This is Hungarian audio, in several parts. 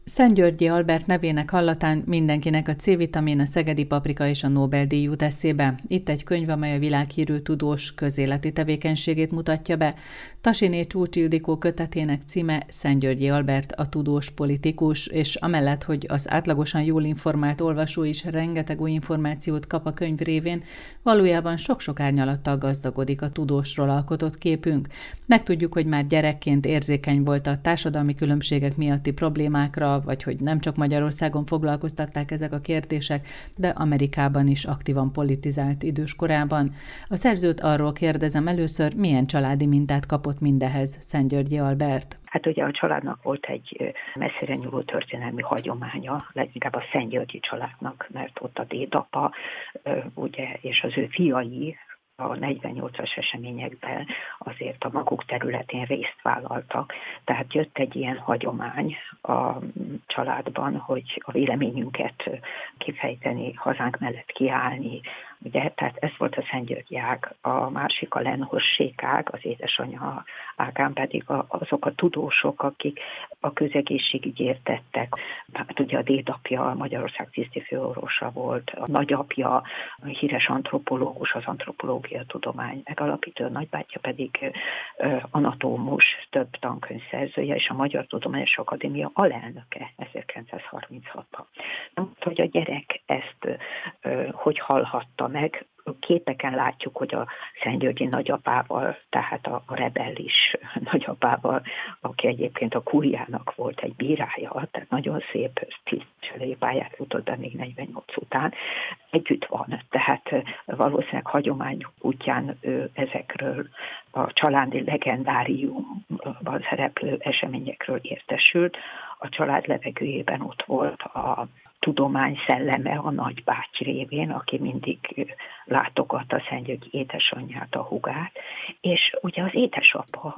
Szentgyörgyi Albert nevének hallatán mindenkinek a C-vitamin, a szegedi paprika és a Nobel-díj jut eszébe. Itt egy könyv, amely a világhírű tudós közéleti tevékenységét mutatja be. Tasiné Csúcs Ildikó kötetének címe Szentgyörgyi Albert, a tudós politikus, és amellett, hogy az átlagosan jól informált olvasó is rengeteg új információt kap a könyv révén, valójában sok-sok árnyalattal gazdagodik a tudósról alkotott képünk. Megtudjuk, hogy már gyerekként érzékeny volt a társadalmi különbségek miatti problémákra, vagy hogy nem csak Magyarországon foglalkoztatták ezek a kérdések, de Amerikában is aktívan politizált időskorában. A szerzőt arról kérdezem először, milyen családi mintát kapott mindehez Szentgyörgyi Albert. Hát ugye a családnak volt egy messzire nyúló történelmi hagyománya, leginkább a Szentgyörgyi családnak, mert ott a dédapa, ugye, és az ő fiai a 48-as eseményekben azért a maguk területén részt vállaltak. Tehát jött egy ilyen hagyomány a családban, hogy a véleményünket kifejteni, hazánk mellett kiállni. Ugye, tehát ez volt a Szentgyörgyi ág, a másik a Lenhosség ág, az édesanyja ágán pedig azok a tudósok, akik a közegészségügyért tettek. Hát ugye a dédapja Magyarország tisztifőorvosa volt, a nagyapja a híres antropológus, az antropológia tudomány megalapító, a nagybátyja pedig anatómus, több tankönyv szerzője, és a Magyar Tudományos Akadémia alelnöke 1936-ban. Hogy a gyerek ezt hogy hallhatta meg, képeken látjuk, hogy a szentgyörgyi nagyapával, tehát a rebellis nagyapával, aki egyébként a kúriának volt egy bírája, tehát nagyon szép tisztviselői pályát futott be még 48 után, együtt van. Tehát valószínűleg hagyomány útján ezekről a családi legendáriumban szereplő eseményekről értesült. A család levegőjében ott volt a tudomány szelleme a nagybáty révén, aki mindig látogatta a Szentgyörgyi édesanyját, a hugát, és ugye az édesapa,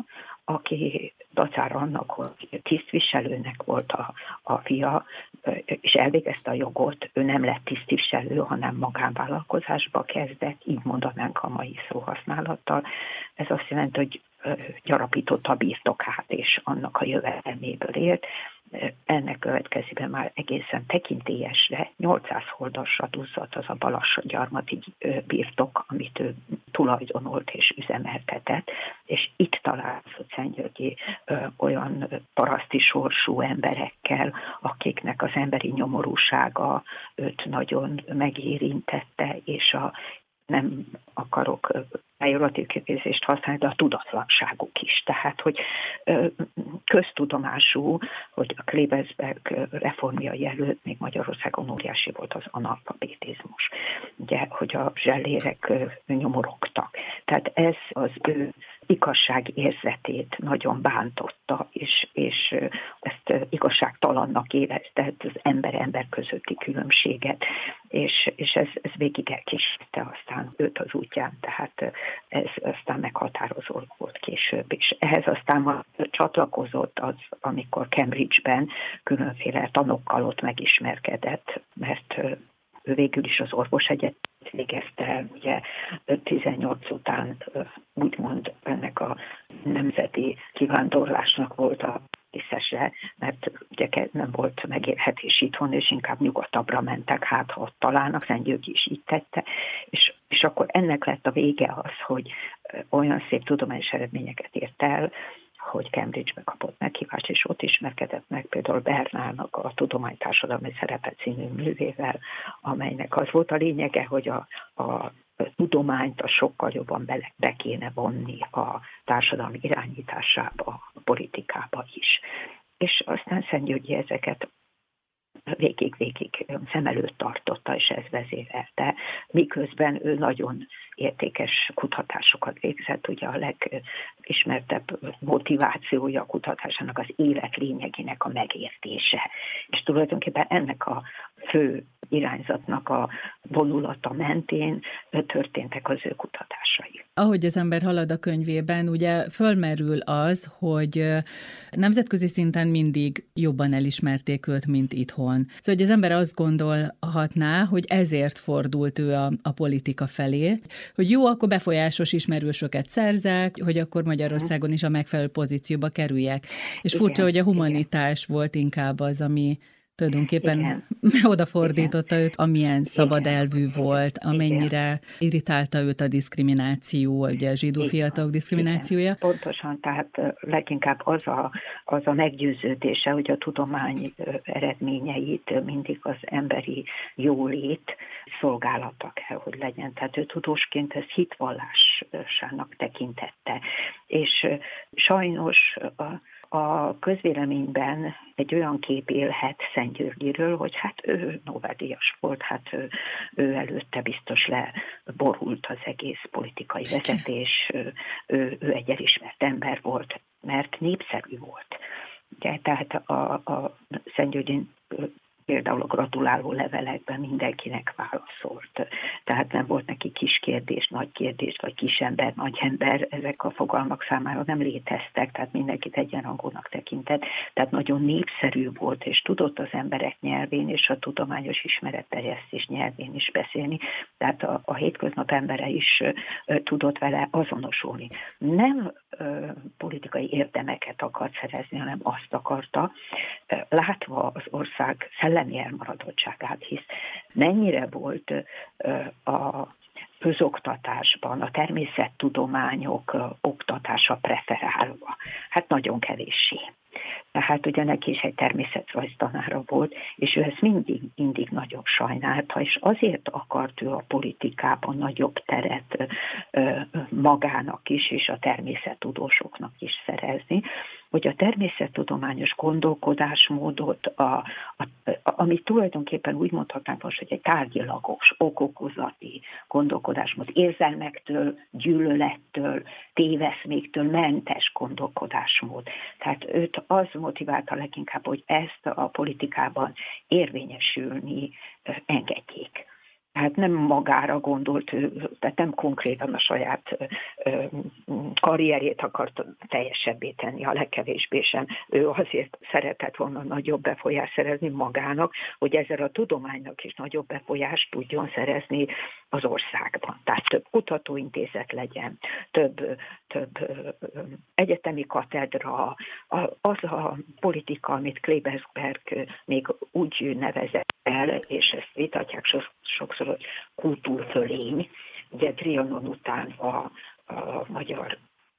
aki dacára annak, hogy tisztviselőnek volt a fia, és elvégezte a jogot, ő nem lett tisztviselő, hanem magánvállalkozásba kezdett, így mondanánk a mai szóhasználattal. Ez azt jelenti, hogy gyarapította a birtokát, és annak a jövedelméből élt. Ennek következében már egészen tekintélyesre 800 holdasra duzzadt az a Balassagyarmati birtok, amit ő tulajdonolt és üzemeltetett, és itt találkozott Szentgyörgyi olyan paraszti sorsú emberekkel, akiknek az emberi nyomorúsága őt nagyon megérintette, és nem akarok pejoratív kifejezést használni, de a tudatlanságuk is. Tehát, hogy köztudomású, hogy a Klebersberg reformjai előtt még Magyarországon óriási volt az analfabetizmus. Ugye, hogy a zsellérek nyomorogtak. Tehát ez az ő igazságérzetét nagyon bántotta, és ezt igazságtalannak érezte, az ember-ember közötti különbséget, és ez végig elkísérte aztán őt az útján, tehát ez aztán meghatározó volt később, és ehhez aztán csatlakozott az, amikor Cambridge-ben különféle tanokkal ott megismerkedett, mert ő végül is az orvosegyetemet végezte, ugye 18 után úgymond ennek a nemzeti kivándorlásnak volt a részese, mert ugye nem volt megélhetés itthon, és inkább nyugatabbra mentek, hát ha ott találnak, Szentgyörgyi is így tette, és akkor ennek lett a vége az, hogy olyan szép tudományos eredményeket ért el, hogy Cambridge-be kapott meghívást, és ott ismerkedett meg például Bernának a Tudománytársadalmi Szerepe című művével, amelynek az volt a lényege, hogy a tudományt sokkal jobban be kéne vonni a társadalmi irányításába, a politikába is. És aztán Szentgyörgyi ezeket végig szem előtt tartotta, és ez vezérelte, miközben ő nagyon értékes kutatásokat végzett. Ugye a legismertebb motivációja a kutatásának az élet lényegének a megértése. És tulajdonképpen ennek a fő irányzatnak a vonulata mentén történtek az ő kutatásai. Ahogy az ember halad a könyvében, ugye fölmerül az, hogy nemzetközi szinten mindig jobban elismerték őt, mint itthon. Szóval, hogy az ember azt gondolhatná, hogy ezért fordult ő a politika felé, hogy jó, akkor befolyásos ismerősöket szerzek, hogy akkor Magyarországon is a megfelelő pozícióba kerüljek. És furcsa, hogy a humanitás volt inkább az, ami tulajdonképpen odafordította őt, amilyen szabad elvű volt, amennyire irritálta őt a diszkrimináció, ugye a zsidó fiatalok diszkriminációja. Igen. Pontosan, tehát leginkább az a meggyőződése, hogy a tudomány eredményeit mindig az emberi jólét szolgálata kell, hogy legyen. Tehát ő tudósként ezt hitvallásának tekintette. És sajnos a közvéleményben egy olyan kép élhet Szent-Györgyiről, hogy hát ő Nobel-díjas volt, hát ő előtte biztos leborult az egész politikai vezetés, ő egy elismert ember volt, mert népszerű volt. Ugye, tehát a Szent-Györgyin például a gratuláló levelekben mindenkinek válaszolt. Tehát nem volt neki kis kérdés, nagy kérdés, vagy kisember, nagy ember, ezek a fogalmak számára nem léteztek, tehát mindenkit egyenrangúnak tekintett. Tehát nagyon népszerű volt, és tudott az emberek nyelvén, és a tudományos ismeretterjesztés nyelvén is beszélni. Tehát a hétköznap embere is tudott vele azonosulni. Nem politikai érdemeket akart szerezni, hanem azt akarta, látva az ország szellemi elmaradottságát, hisz mennyire volt a közoktatásban a természettudományok oktatása preferálva. Hát nagyon kevéssé. Tehát ugye neki is egy természetrajztanára volt, és ő ezt mindig nagyon sajnálta, és azért akart ő a politikában nagyobb teret magának is, és a természettudósoknak is szerezni, hogy a természettudományos gondolkodásmódot, amit tulajdonképpen úgy mondhatnánk most, hogy egy tárgyilagos, okokozati gondolkodásmód, érzelmektől, gyűlölettől, téveszméktől mentes gondolkodásmód. Tehát őt az motiválta leginkább, hogy ezt a politikában érvényesülni engedjék. Tehát nem magára gondolt, tehát nem konkrétan a saját karrierjét akart teljesebbé tenni, a legkevésbé sem. Ő azért szeretett volna nagyobb befolyást szerezni magának, hogy ezzel a tudománynak is nagyobb befolyást tudjon szerezni az országban. Tehát több kutatóintézet legyen, több egyetemi katedra, az a politika, amit Klebersberg még úgy nevezett el, és ezt vitatják sokszor, hogy kultúrfölény. Ugye Trianon után a magyar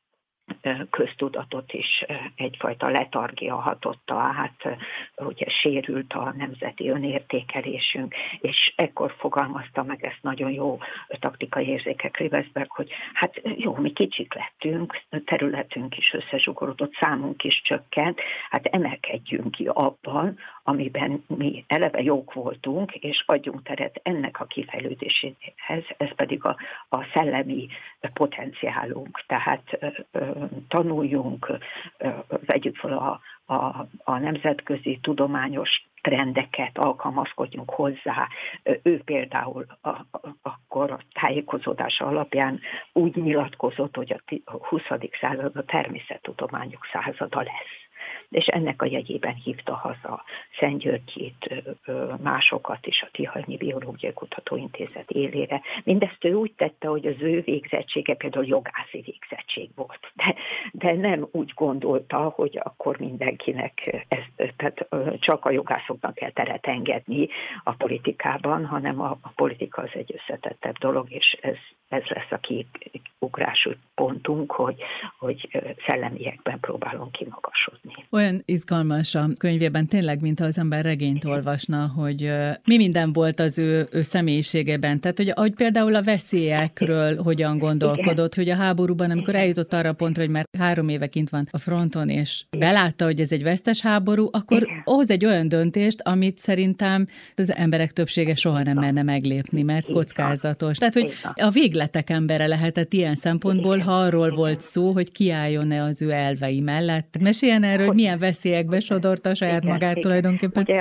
köztudatot is egyfajta letargia hatotta át, ugye sérült a nemzeti önértékelésünk, és ekkor fogalmazta meg ezt nagyon jó taktikai érzékek Klebersberg, hogy hát jó, mi kicsik lettünk, területünk is összezsugorodott, számunk is csökkent, hát emelkedjünk ki abban, amiben mi eleve jók voltunk, és adjunk teret ennek a kifejlődéséhez, ez pedig a szellemi potenciálunk, tehát tanuljunk, vegyük fel a nemzetközi tudományos trendeket, alkalmazkodjunk hozzá. Ő például akkor a tájékozódása alapján úgy nyilatkozott, hogy a 20. század a természettudományok százada lesz. És ennek a jegyében hívta haza Szent-Györgyit, másokat is a Tihanyi Biológiai Kutatóintézet élére. Mindezt ő úgy tette, hogy az ő végzettsége például jogászi végzettség volt. De nem úgy gondolta, hogy akkor mindenkinek, tehát csak a jogászoknak kell teret engedni a politikában, hanem a politika az egy összetettebb dolog, és ez lesz a kiugrású pontunk, hogy szellemiekben próbálunk kimagasodni. Olyan izgalmas a könyvében tényleg, mintha az ember regényt olvasna, hogy mi minden volt az ő személyiségében. Tehát, hogy például a veszélyekről hogyan gondolkodott, hogy a háborúban, amikor eljutott arra a pontra, hogy már 3 éve kint van a fronton, és belátta, hogy ez egy vesztes háború, akkor hoz egy olyan döntést, amit szerintem az emberek többsége soha nem merne meglépni, mert kockázatos. Tehát, hogy a végletek embere lehetett ilyen szempontból, ha arról volt szó, hogy kiálljon-e az ő elvei mellett. Meséljen erről, hogy milyen veszélyekbe sodorta saját magát tulajdonképpen. Ugye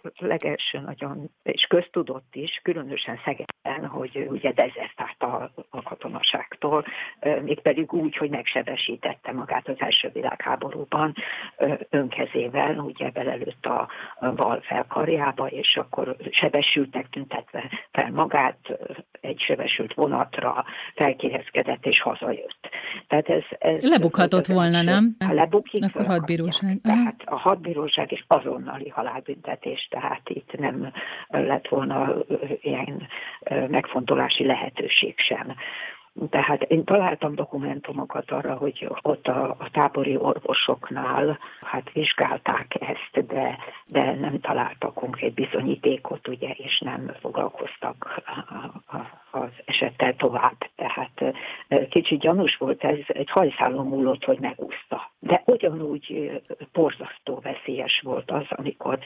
legelső nagyon, és köztudott is, különösen Szegeden, hogy ugye dezertált a katonaságtól, mégpedig úgy, hogy megsebesítette magát az első világháborúban önkezével, ugye belelőtt a val felkarjába, és akkor sebesültnek tüntetve fel magát, egy sebesült vonatra felkéreckedett és hazajött. Tehát ez lebukhatott volna, nem? Ha lebukik, akkor hadbíróság. Tehát a hadbíróság és azonnali halálbüntetés, tehát itt nem lett volna ilyen megfontolási lehetőség sem. Tehát én találtam dokumentumokat arra, hogy ott a tábori orvosoknál vizsgálták ezt, de nem találtak konkrét bizonyítékot, ugye, és nem foglalkoztak az esettel tovább. Tehát kicsit gyanús volt ez, egy hajszálon múlott, hogy megúszta. De ugyanúgy borzasztó veszélyes volt az, amikor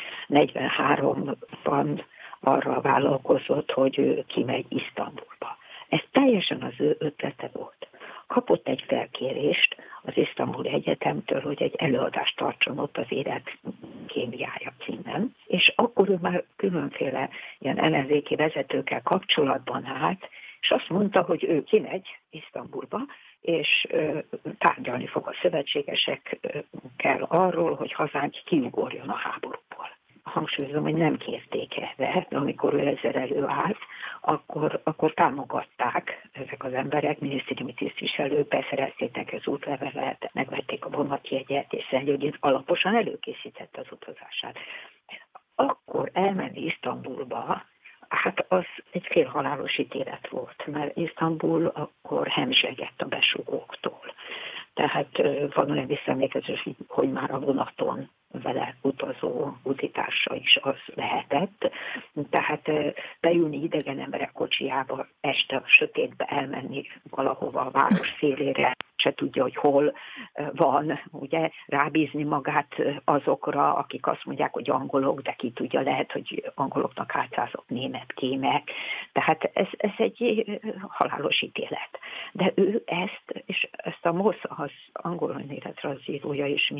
43-ban arra vállalkozott, hogy ő kimegy Isztambulba. Ez teljesen az ő ötlete volt. Kapott egy felkérést az Isztambuli Egyetemtől, hogy egy előadást tartson ott az élet kémiája címen, és akkor ő már különféle ilyen ellenzéki vezetőkkel kapcsolatban állt, és azt mondta, hogy ő kimegy Isztambulba, és tárgyalni fog a szövetségesekkel arról, hogy hazánk kiugorjon a háborúból. Hangsúlyozom, hogy nem kérték erre, de amikor ő ezzel előállt, akkor támogatták ezek az emberek, minisztériumi tisztviselők, beszerezték az útlevelet, megvették a vonatjegyet, és Szentgyörgyén alaposan előkészítette az utazását. Akkor elmenni Isztambulba, az egy félhalálos ítélet volt, mert Isztambul akkor hemzsegett a besugóktól. Tehát van olyan visszaemlékezés, hogy már a vonaton vele utazó utitársa is az lehetett. Tehát beülni idegen emberek kocsijába, este a sötétbe elmenni valahova a város szélére, se tudja, hogy hol van, ugye, rábízni magát azokra, akik azt mondják, hogy angolok, de ki tudja, lehet, hogy angoloknak álcázott német kémek. Tehát ez egy halálos ítélet. De ő ezt a Moss, az angol önéletrajzírója is,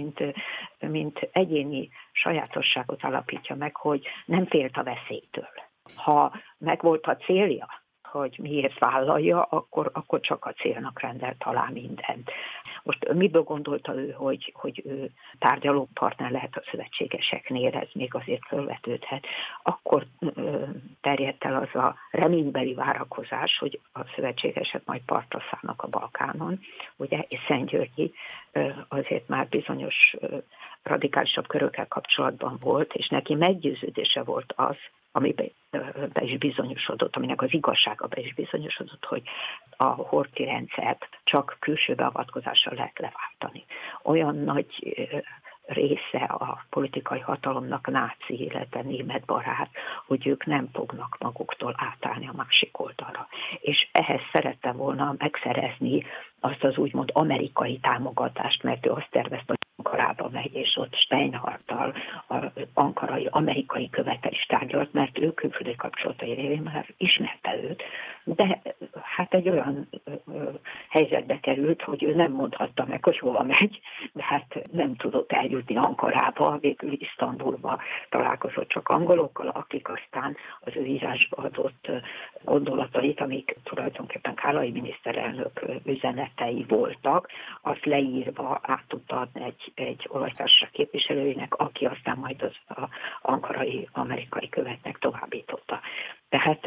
mint egyéni sajátosságot alapítja meg, hogy nem félt a veszélytől. Ha megvolt a célja, hogy miért vállalja, akkor csak a célnak rendelt alá mindent. Most miből gondolta ő, hogy ő tárgyalópartner lehet a szövetségeseknél, ez még azért felvetődhet. Akkor terjedt el az a reménybeli várakozás, hogy a szövetségesek majd partra szállnak a Balkánon, ugye, és Szentgyörgyi azért már bizonyos radikálisabb körökkel kapcsolatban volt, és neki meggyőződése volt az, amiben be is bizonyosodott, aminek az igazsága be is bizonyosodott, hogy a horthy rendszert csak külső beavatkozással lehet leváltani. Olyan nagy része a politikai hatalomnak náci, illetve német barát, hogy ők nem fognak maguktól átállni a másik oldalra. És ehhez szerette volna megszerezni azt az úgymond amerikai támogatást, mert ő azt tervezte, hogy Ankarába megy, és ott Steinhardttal az ankarai amerikai követel is tárgyalt, mert ő külföldi kapcsolatai révén már ismerte őt, de hát egy olyan helyzetbe került, hogy ő nem mondhatta meg, hogy hova megy, de hát nem tudott eljutni Ankarába, végül Isztambulba találkozott csak angolokkal, akik aztán az ő írásba adott gondolatait, amik tulajdonképpen Kállai miniszterelnök üzenetei voltak, azt leírva át tudta adni egy olajtársaság képviselőjének, aki aztán majd az ankarai amerikai követnek továbbította. Tehát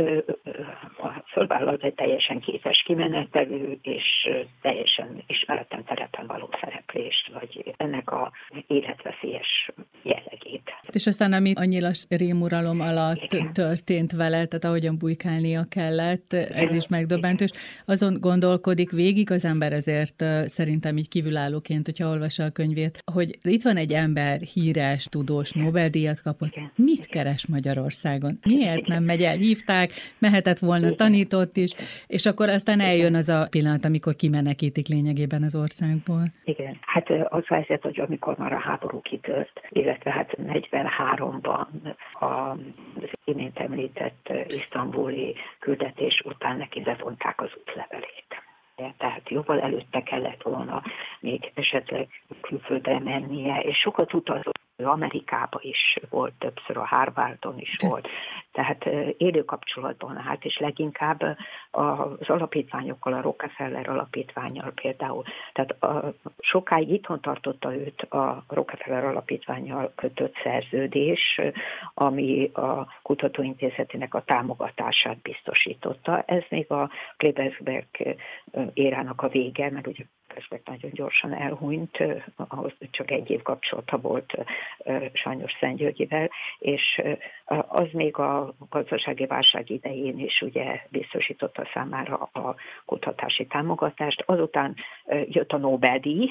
fölvállalt egy teljesen képes kimenetelő és teljesen ismeretlen terepen való szereplést, vagy ennek a életveszélyes jellegét. És aztán, ami a nyilas rémuralom alatt történt vele, tehát ahogyan bujkálnia kellett, ez is megdöbbentő, és azon gondolkodik végig az ember azért szerintem így kívülállóként, hogyha olvassa a könyvét, hogy itt van egy ember, híres, tudós, Nobel-díjat kapott, mit keres Magyarországon? Miért nem megy el? Hívták, mehetett volna, tanított is, és akkor aztán eljön az a pillanat, amikor kimenekítik lényegében az országból. Igen, hát az helyzet, hogy amikor már a háború kitört, illetve hát 43-ban az imént említett isztambuli küldetés után neki levonták az útlevelét. Tehát jóval előtte kellett volna még esetleg külföldre mennie, és sokat utazott ő Amerikában is volt, többször a Harvardon is volt, tehát élő kapcsolatban állt, és leginkább az alapítványokkal, a Rockefeller alapítvánnyal például. Tehát sokáig itthon tartotta őt a Rockefeller alapítvánnyal kötött szerződés, ami a kutatóintézetének a támogatását biztosította. Ez még a Klebersberg érának a vége, mert ugye Klebersberg nagyon gyorsan elhunyt, ahhoz csak egy év kapcsolata volt sajnos Szent-Györgyivel, és az még a gazdasági válság idején is ugye biztosította számára a kutatási támogatást. Azután jött a Nobel-díj,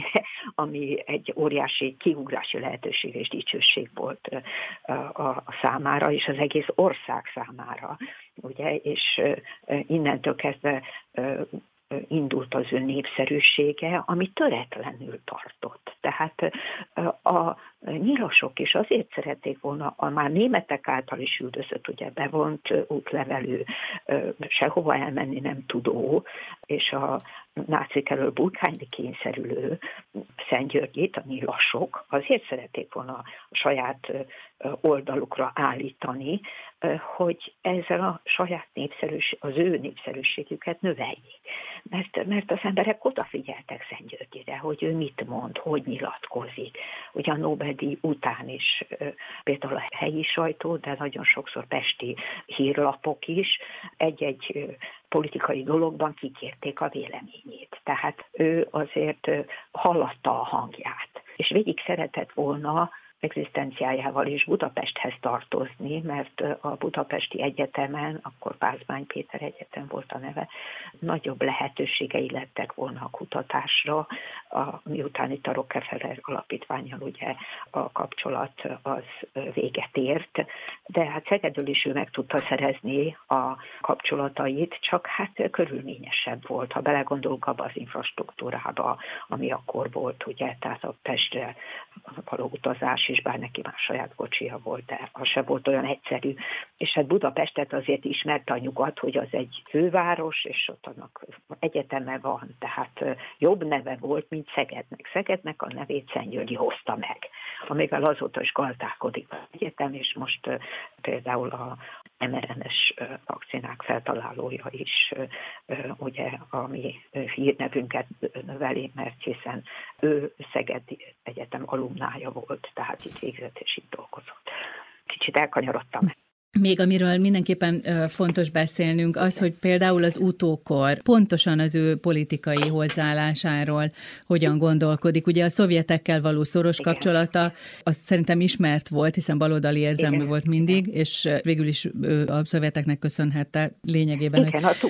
ami egy óriási kiugrási lehetőség és dicsőség volt a számára, és az egész ország számára, ugye, és innentől kezdve indult az ő népszerűsége, ami töretlenül tartott. Tehát a nyilasok is azért szerették volna a már németek által is üldözött, ugye bevont útlevelű, sehova elmenni nem tudó, és a nácik elől burkálni kényszerülő Szent-Györgyit, a nyilasok azért szerették volna a saját oldalukra állítani, hogy ezzel a saját az ő népszerűségüket növeljék. Mert az emberek odafigyeltek Szent-Györgyire, hogy ő mit mond, hogy nyilatkozik. Ugye a Nobel-díj után is például a helyi sajtó, de nagyon sokszor pesti hírlapok is egy-egy politikai dologban kikérték a véleményét. Tehát ő azért hallatta a hangját, és végig szeretett volna egzisztenciájával is Budapesthez tartozni, mert a Budapesti Egyetemen, akkor Pázmány Péter Egyetem volt a neve, nagyobb lehetőségei lettek volna a kutatásra, miután itt a Rockefeller alapítvánnyal ugye a kapcsolat az véget ért, de hát Szegedről is ő meg tudta szerezni a kapcsolatait, csak hát körülményesebb volt, ha belegondolunk abba az infrastruktúrába, ami akkor volt, ugye, tehát a Pestre való utazás, és bár neki már saját kocsia volt, de az se volt olyan egyszerű. És hát Budapestet azért ismerte a nyugat, hogy az egy főváros, és ott annak egyeteme van, tehát jobb neve volt, mint Szegednek. Szegednek a nevét Szent-Györgyi hozta meg, amivel azóta is gazdálkodik az egyetem, és most például a mRNA-s vakcinák feltalálója is, ugye, ami hírnevünket növeli, mert hiszen ő Szegedi Egyetem alumnája volt, tehát itt végzett és itt dolgozott. Kicsit elkanyarodtam. Még amiről mindenképpen fontos beszélnünk, az, hogy például az utókor pontosan az ő politikai hozzáállásáról hogyan gondolkodik. Ugye a szovjetekkel való szoros kapcsolata, az szerintem ismert volt, hiszen baloldali érzelmű volt mindig, és végül is a szovjeteknek köszönhette lényegében,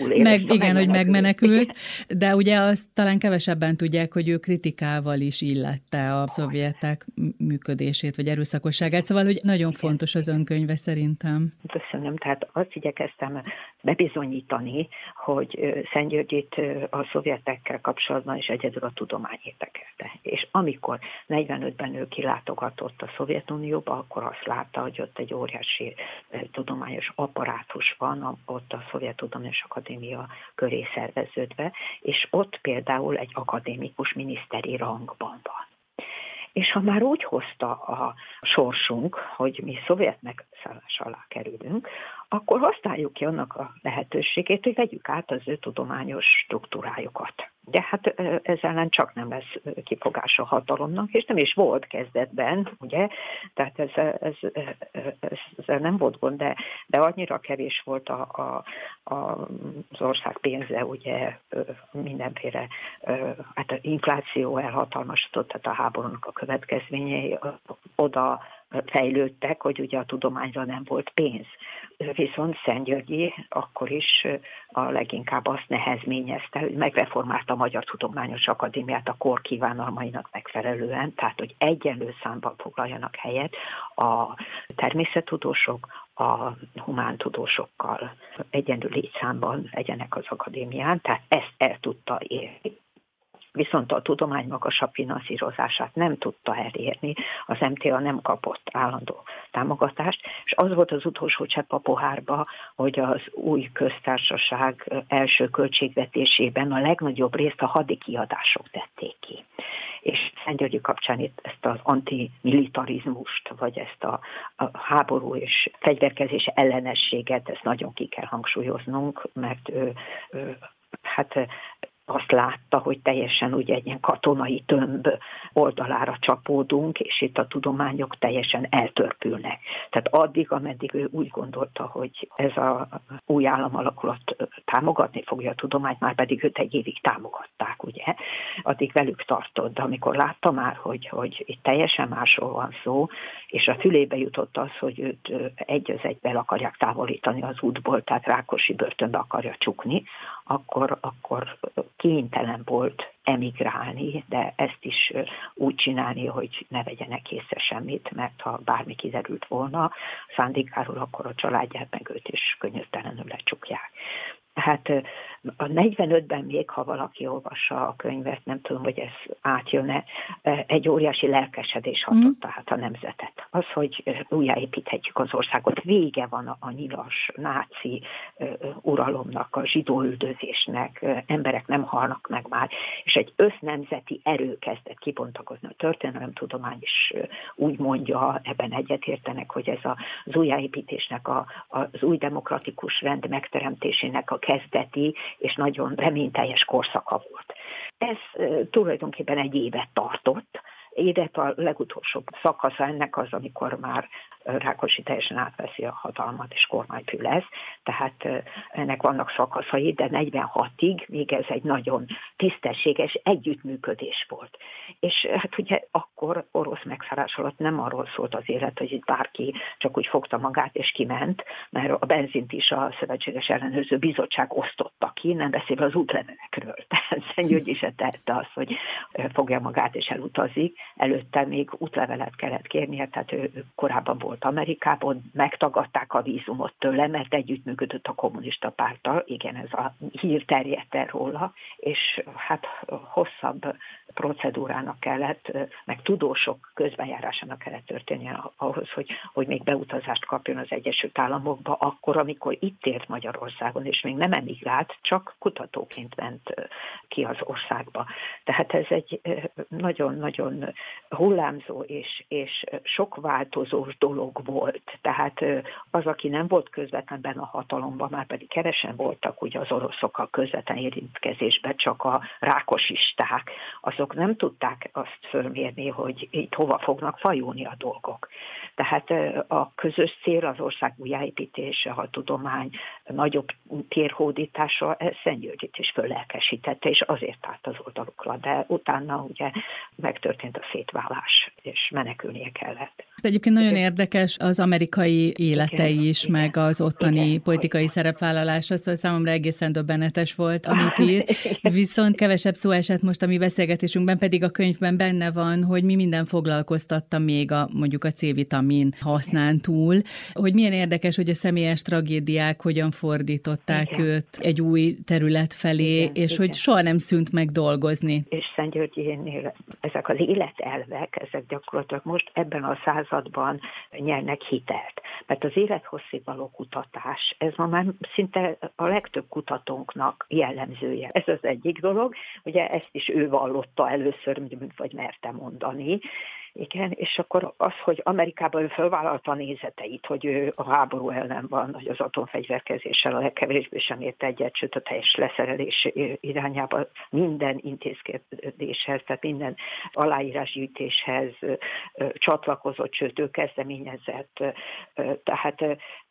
hogy megmenekült. De ugye azt talán kevesebben tudják, hogy ő kritikával is illette a szovjetek működését, vagy erőszakosságát. Szóval, hogy nagyon fontos az önkönyve szerintem. Köszönöm, tehát azt igyekeztem bebizonyítani, hogy Szent-Györgyit a szovjetekkel kapcsolatban is egyedül a tudomány érdekelte. És amikor 45-ben ő kilátogatott a Szovjetunióba, akkor azt látta, hogy ott egy óriási tudományos apparátus van, ott a Szovjettudományos Akadémia köré szerveződve, és ott például egy akadémikus miniszteri rangban van. És ha már úgy hozta a sorsunk, hogy mi szovjet megszállás alá kerülünk, akkor használjuk ki annak a lehetőségét, hogy vegyük át az ő tudományos struktúrájukat. De hát ez ellen csak nem lesz kifogása a hatalomnak, és nem is volt kezdetben, ugye? Tehát ez nem volt gond, de annyira kevés volt az ország pénze, ugye mindenféle, hát infláció elhatalmasodott, tehát a háborúnak a következményei oda fejlődtek, hogy ugye a tudományra nem volt pénz. Viszont Szent-Györgyi akkor is a leginkább azt nehezményezte, hogy megreformálta a Magyar Tudományos Akadémiát a kor kívánalmainak megfelelően, tehát hogy egyenlő számban foglaljanak helyet a természettudósok, a viszont a tudomány magasabb finanszírozását nem tudta elérni, az MTA nem kapott állandó támogatást, és az volt az utolsó csepp a pohárba, hogy az új köztársaság első költségvetésében a legnagyobb részt a hadikiadások tették ki. És Szentgyörgyi kapcsán itt ezt az antimilitarizmust, vagy ezt a háború és fegyverkezés ellenességet, ezt nagyon ki kell hangsúlyoznunk, mert ő azt látta, hogy teljesen ugye egy ilyen katonai tömb oldalára csapódunk, és itt a tudományok teljesen eltörpülnek. Tehát addig, ameddig ő úgy gondolta, hogy ez az új államalakulat támogatni fogja a tudományt, már pedig őt egy évig támogatták, ugye, addig velük tartott. De amikor látta már, hogy itt teljesen másról van szó, és a fülébe jutott az, hogy őt egy az egyben akarják távolítani az útból, tehát Rákosi börtönbe akarja csukni, akkor kénytelen volt emigrálni, de ezt is úgy csinálni, hogy ne vegyenek észre semmit, mert ha bármi kiderült volna szándékáról, akkor a családját meg őt is könnyűtlenül lecsukják. Hát a 45-ben még, ha valaki olvassa a könyvet, nem tudom, hogy ez átjön-e, egy óriási lelkesedés hatotta át a nemzetet. Az, hogy újjáépíthetjük az országot, vége van a nyilas náci uralomnak, a zsidóüldözésnek, emberek nem halnak meg már, és egy össznemzeti erő kezdett kibontakozni. A történelemtudomány is úgy mondja, ebben egyetértenek, hogy ez az újjáépítésnek, az új demokratikus rend megteremtésének a kezdeti és nagyon reményteljes korszaka volt. Ez tulajdonképpen egy évet tartott, illetve a legutolsó szakasza ennek az, amikor már Rákosi teljesen átveszi a hatalmat, és kormányfő lesz. Tehát ennek vannak szakaszai, de 46-ig még ez egy nagyon tisztességes együttműködés volt. És hát ugye akkor orosz megszállás alatt nem arról szólt az élet, hogy itt bárki csak úgy fogta magát és kiment, mert a benzint is a Szövetséges Ellenőrző Bizottság osztotta ki, nem beszélve az útlevelekről. Tehát Szentgyörgyi se tette azt, hogy fogja magát és elutazik. Előtte még útlevelet kellett kérnie, tehát ő korábban volt Amerikában, megtagadták a vízumot tőle, mert együttműködött a kommunista párttal, igen, ez a hír terjedt el róla, és hát hosszabb procedúrának kellett, meg tudósok közbenjárásának kellett történnie ahhoz, hogy még beutazást kapjon az Egyesült Államokba, akkor, amikor itt élt Magyarországon, és még nem emigrált, csak kutatóként ment ki az országba. Tehát ez egy nagyon-nagyon hullámzó és sok változós dolog volt. Tehát az, aki nem volt közvetlenben a hatalomban, már pedig kevesen voltak ugye az oroszokkal közvetlen érintkezésben, csak a rákosisták, azok nem tudták azt fölmérni, hogy itt hova fognak fajulni a dolgok. Tehát a közös cél az ország újjáépítése, a tudomány nagyobb térhódítása Szentgyörgyit is föllelkesítette, és azért állt az oldalukra. De utána ugye megtörtént a szétválás, és menekülnie kellett. Egyébként nagyon érdekes az amerikai életei is, meg az ottani politikai szerepvállalása, szóval számomra egészen döbbenetes volt, amit ír. Viszont kevesebb szó esett most a mi beszélgetésünkben, pedig a könyvben benne van, hogy mi minden foglalkoztatta még mondjuk a C-vitamin hasznán túl, hogy milyen érdekes, hogy a személyes tragédiák hogyan fordították őt egy új terület felé, és hogy soha nem szűnt meg dolgozni. És Szentgyörgyinél ezek az életelvek, ezek gyakorlatilag most ebben a században nyernek hitelt. Mert az élethosszig való kutatás, ez ma már szinte a legtöbb kutatónknak jellemzője. Ez az egyik dolog, ugye ezt is ő vallotta először, vagy merte mondani. Igen, és akkor az, hogy Amerikában ő fölvállalta a nézeteit, hogy ő a háború ellen van, hogy az atomfegyverkezéssel a legkevésbé sem ért egyet, sőt a teljes leszerelés irányába minden intézkedéshez, tehát minden aláírásgyűjtéshez csatlakozott, sőt ő kezdeményezett. Tehát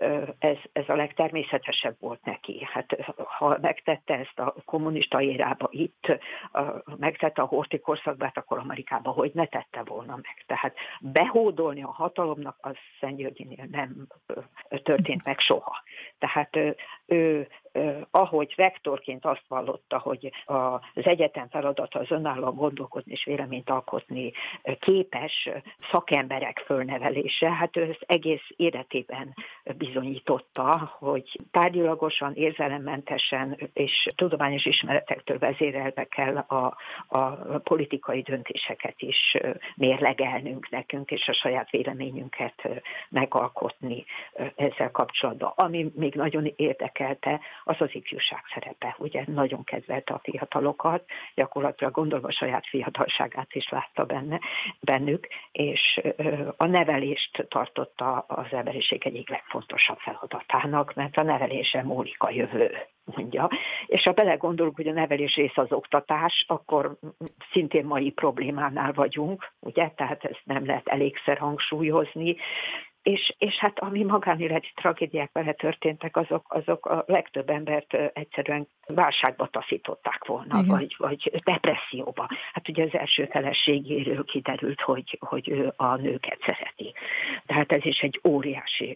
ez a legtermészetesebb volt neki. Hát ha megtette ezt a kommunista érába itt, megtette a horthy korszakban, akkor Amerikában hogy ne tette volna meg. Tehát behódolni a hatalomnak, az Szentgyörgyinél nem történt meg soha. Tehát ő ahogy rektorként azt vallotta, hogy az egyetem feladata az önállóan gondolkodni és véleményt alkotni képes szakemberek fölnevelése, hát ő ezt egész életében bizonyította, hogy tárgyilagosan, érzelemmentesen és tudományos ismeretektől vezérelve kell a politikai döntéseket is mérlegelnünk nekünk, és a saját véleményünket megalkotni ezzel kapcsolatban. Ami még nagyon érdekelte, az az ifjúság szerepe. Ugye nagyon kedvelte a fiatalokat, gyakorlatilag gondolva a saját fiatalságát is látta bennük, és a nevelést tartotta az emberiség egyik legfontosabb feladatának, mert a nevelésen múlik a jövő, mondja. És ha belegondolunk, hogy a nevelés része az oktatás, akkor szintén mai problémánál vagyunk, ugye, tehát ezt nem lehet elégszer hangsúlyozni, és hát ami magánéleti tragédiák vele történtek, azok a legtöbb embert egyszerűen válságba taszították volna, vagy depresszióba. Hát ugye az első feleségéről kiderült, hogy ő a nőket szereti. Tehát ez is egy óriási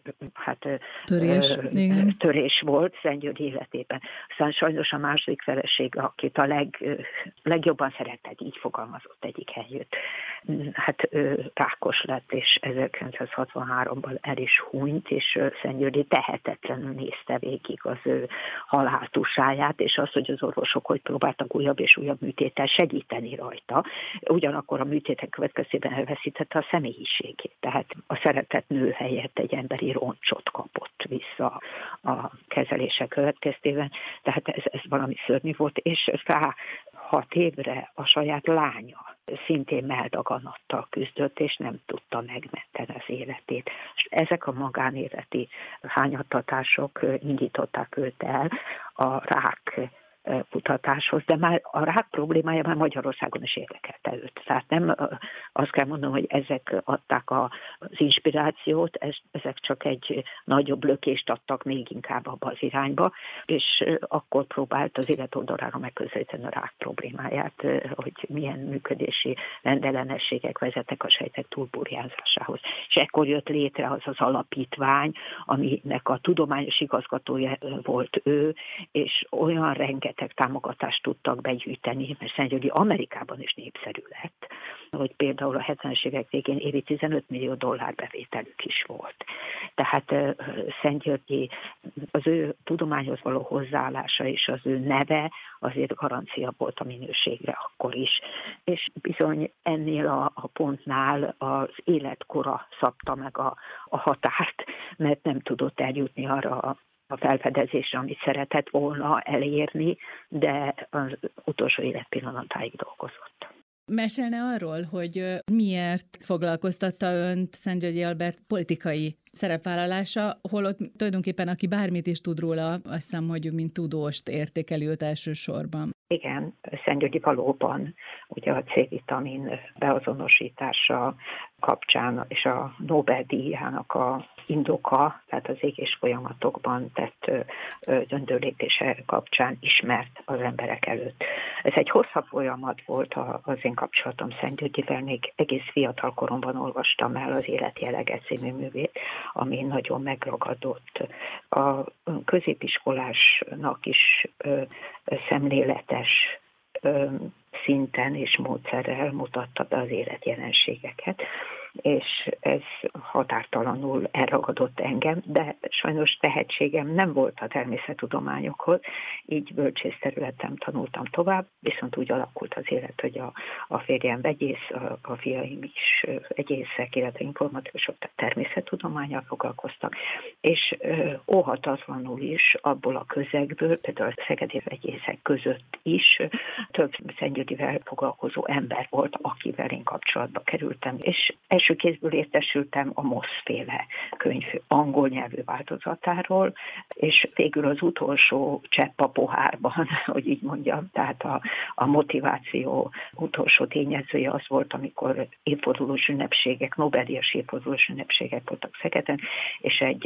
törés volt Szent-György életében. Aztán sajnos a második feleség, akit a legjobban szeretett, így fogalmazott egyik helyütt. Hát ő rákos lett, és 1963-ban el is hunyt, és Szent-Györgyi tehetetlenül nézte végig az ő haláltusáját, és azt, hogy az orvosok hogy próbáltak újabb és újabb műtéttel segíteni rajta. Ugyanakkor a műtétek következtében elveszítette a személyiségét. Tehát a szeretett nő helyett egy emberi roncsot kapott vissza a kezelése következtében. Tehát ez valami szörnyű volt, és rá 6 évre a saját lánya szintén meldaganattal küzdött, és nem tudta megmenteni az életét. És ezek a magánéleti hányattatások indították őt el a rák kutatáshoz, de már a rák problémája már Magyarországon is érdekelte őt. Tehát nem azt kell mondanom, hogy ezek adták az inspirációt, ezek csak egy nagyobb lökést adtak még inkább abba az irányba, és akkor próbált az életoldalára megközelíteni a rák problémáját, hogy milyen működési rendellenességek vezetnek a sejtek túlburjánzásához. És ekkor jött létre az az alapítvány, aminek a tudományos igazgatója volt ő, és olyan rengeteg támogatást tudtak begyűjteni, mert Szent-Györgyi Amerikában is népszerű lett, hogy például a 70-es évek végén évi $15 millió bevételük is volt. Tehát Szent-Györgyi, az ő tudományhoz való hozzáállása és az ő neve azért garancia volt a minőségre akkor is. És bizony ennél a pontnál az életkora szabta meg a határt, mert nem tudott eljutni arra a felfedezésre, amit szeretett volna elérni, de az utolsó életpillanatáig dolgozott. Mesélne arról, hogy miért foglalkoztatta önt Szent-Györgyi Albert politikai szerepvállalása, holott tulajdonképpen aki bármit is tud róla, azt hiszem, hogy mint tudóst értékeli őt elsősorban. Igen, Szent-Györgyi valóban ugye a C-vitamin beazonosítása kapcsán és a Nobel-díjának a indoka, tehát az égés folyamatokban tett döntőlépése kapcsán ismert az emberek előtt. Ez egy hosszabb folyamat volt az én kapcsolatom Szent-Györgyivel, még egész fiatal koromban olvastam el az Életjelege című művét, ami nagyon megragadott. A középiskolásnak is szemléletes szinten és módszerrel mutatta be az életjelenségeket, és ez határtalanul elragadott engem, de sajnos tehetségem nem volt a természettudományokhoz, így bölcsészterületen tanultam tovább, viszont úgy alakult az élet, hogy a férjem vegyész, a fiaim is vegyészek, illetve informatikusok, tehát természettudománnyal foglalkoztak, és óhatatlanul is abból a közegből, például a szegedi vegyészek között is több Szent-Györgyivel foglalkozó ember volt, akivel én kapcsolatba kerültem, és első kézből értesültem a Moss-féle könyv angol nyelvű változatáról, és végül az utolsó csepp a pohárban, hogy így mondjam, tehát a motiváció utolsó tényezője az volt, amikor évfordulós ünnepségek, Nobel-díjas évfordulós ünnepségek voltak Szegeden, és egy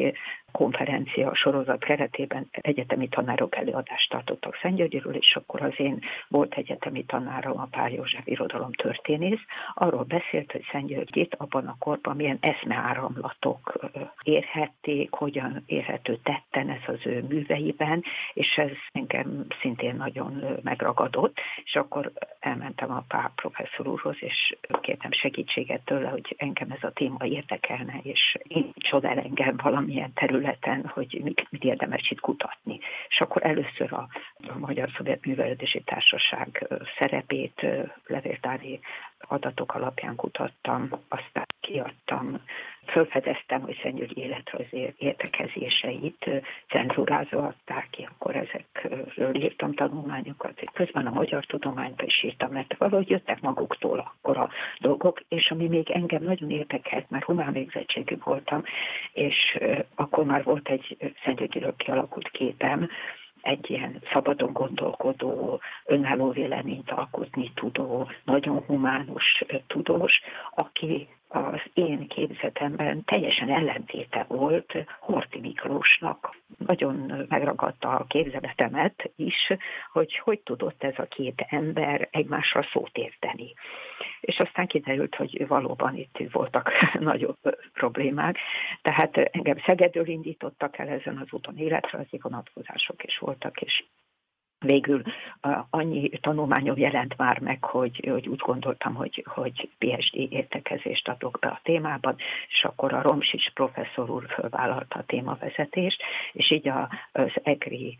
konferencia sorozat keretében egyetemi tanárok előadást tartottak Szentgyörgyről, és akkor az én volt egyetemi tanárom, a Pál József irodalomtörténész, arról beszélt, hogy Szentgyörgyit abban a korban milyen eszmeáramlatok érhették, hogyan érhető tetten ez az ő műveiben, és ez engem szintén nagyon megragadott, és akkor elmentem a Pál professzor úrhoz, és kértem segítséget tőle, hogy engem ez a téma érdekelne, és indítson el engem valamilyen területen, hogy mit érdemes itt kutatni. És akkor először a Magyar-Szovjet Művelődési Társaság szerepét levéltári adatok alapján kutattam, aztán kiadtam, felfedeztem, hogy Szentgyörgyi életrajzi értekezéseit cenzúrázva adták ki, akkor ezekről írtam tanulmányokat. Közben a magyar tudományba is írtam, mert valahogy jöttek maguktól akkor a dolgok, és ami még engem nagyon érdekelt, mert humán végzettségű voltam, és akkor már volt egy Szentgyörgyiről kialakult képem, egy ilyen szabadon gondolkodó, önálló véleményt alkotni tudó, nagyon humánus tudós, aki az én képzetemben teljesen ellentéte volt Horthy Miklósnak. Nagyon megragadta a képzeletemet is, hogy tudott ez a két ember egymásra szót érteni. És aztán kiderült, hogy valóban itt voltak nagyobb problémák. Tehát engem Szegedről indítottak el ezen az úton, életrajzi vonatkozások is voltak, és végül annyi tanulmányom jelent már meg, hogy úgy gondoltam, hogy PhD értekezést adok be a témában, és akkor a Romsics professzor úr fölvállalta a témavezetést, és így az EGRI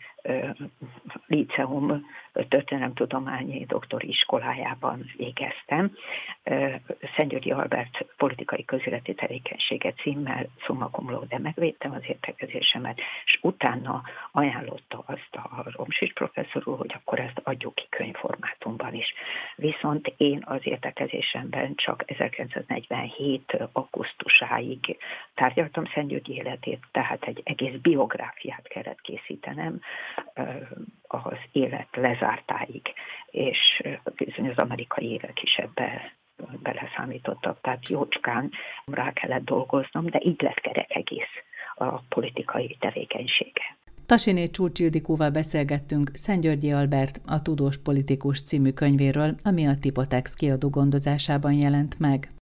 Líceum történelemtudományi doktori iskolájában végeztem. Szentgyörgyi Albert politikai közéleti tevékenysége címmel summa cum laude megvédtem az értekezésemet, és utána ajánlotta azt a Romsics professzor úr, hogy akkor ezt adjuk ki könyvformátumban is. Viszont én az értekezésemben csak 1947. augusztusáig tárgyaltam Szentgyörgyi életét, tehát egy egész biográfiát kellett készítenem az élet lezártáig, és bizony az amerikai évek is ebbe beleszámítottak, tehát jócskán rá kellett dolgoznom, de így lett kerek egész a politikai tevékenysége. Tasiné Csúcs Ildikóval beszélgettünk Szentgyörgyi Albert, a Tudós politikus című könyvéről, ami a Tipotex kiadó gondozásában jelent meg.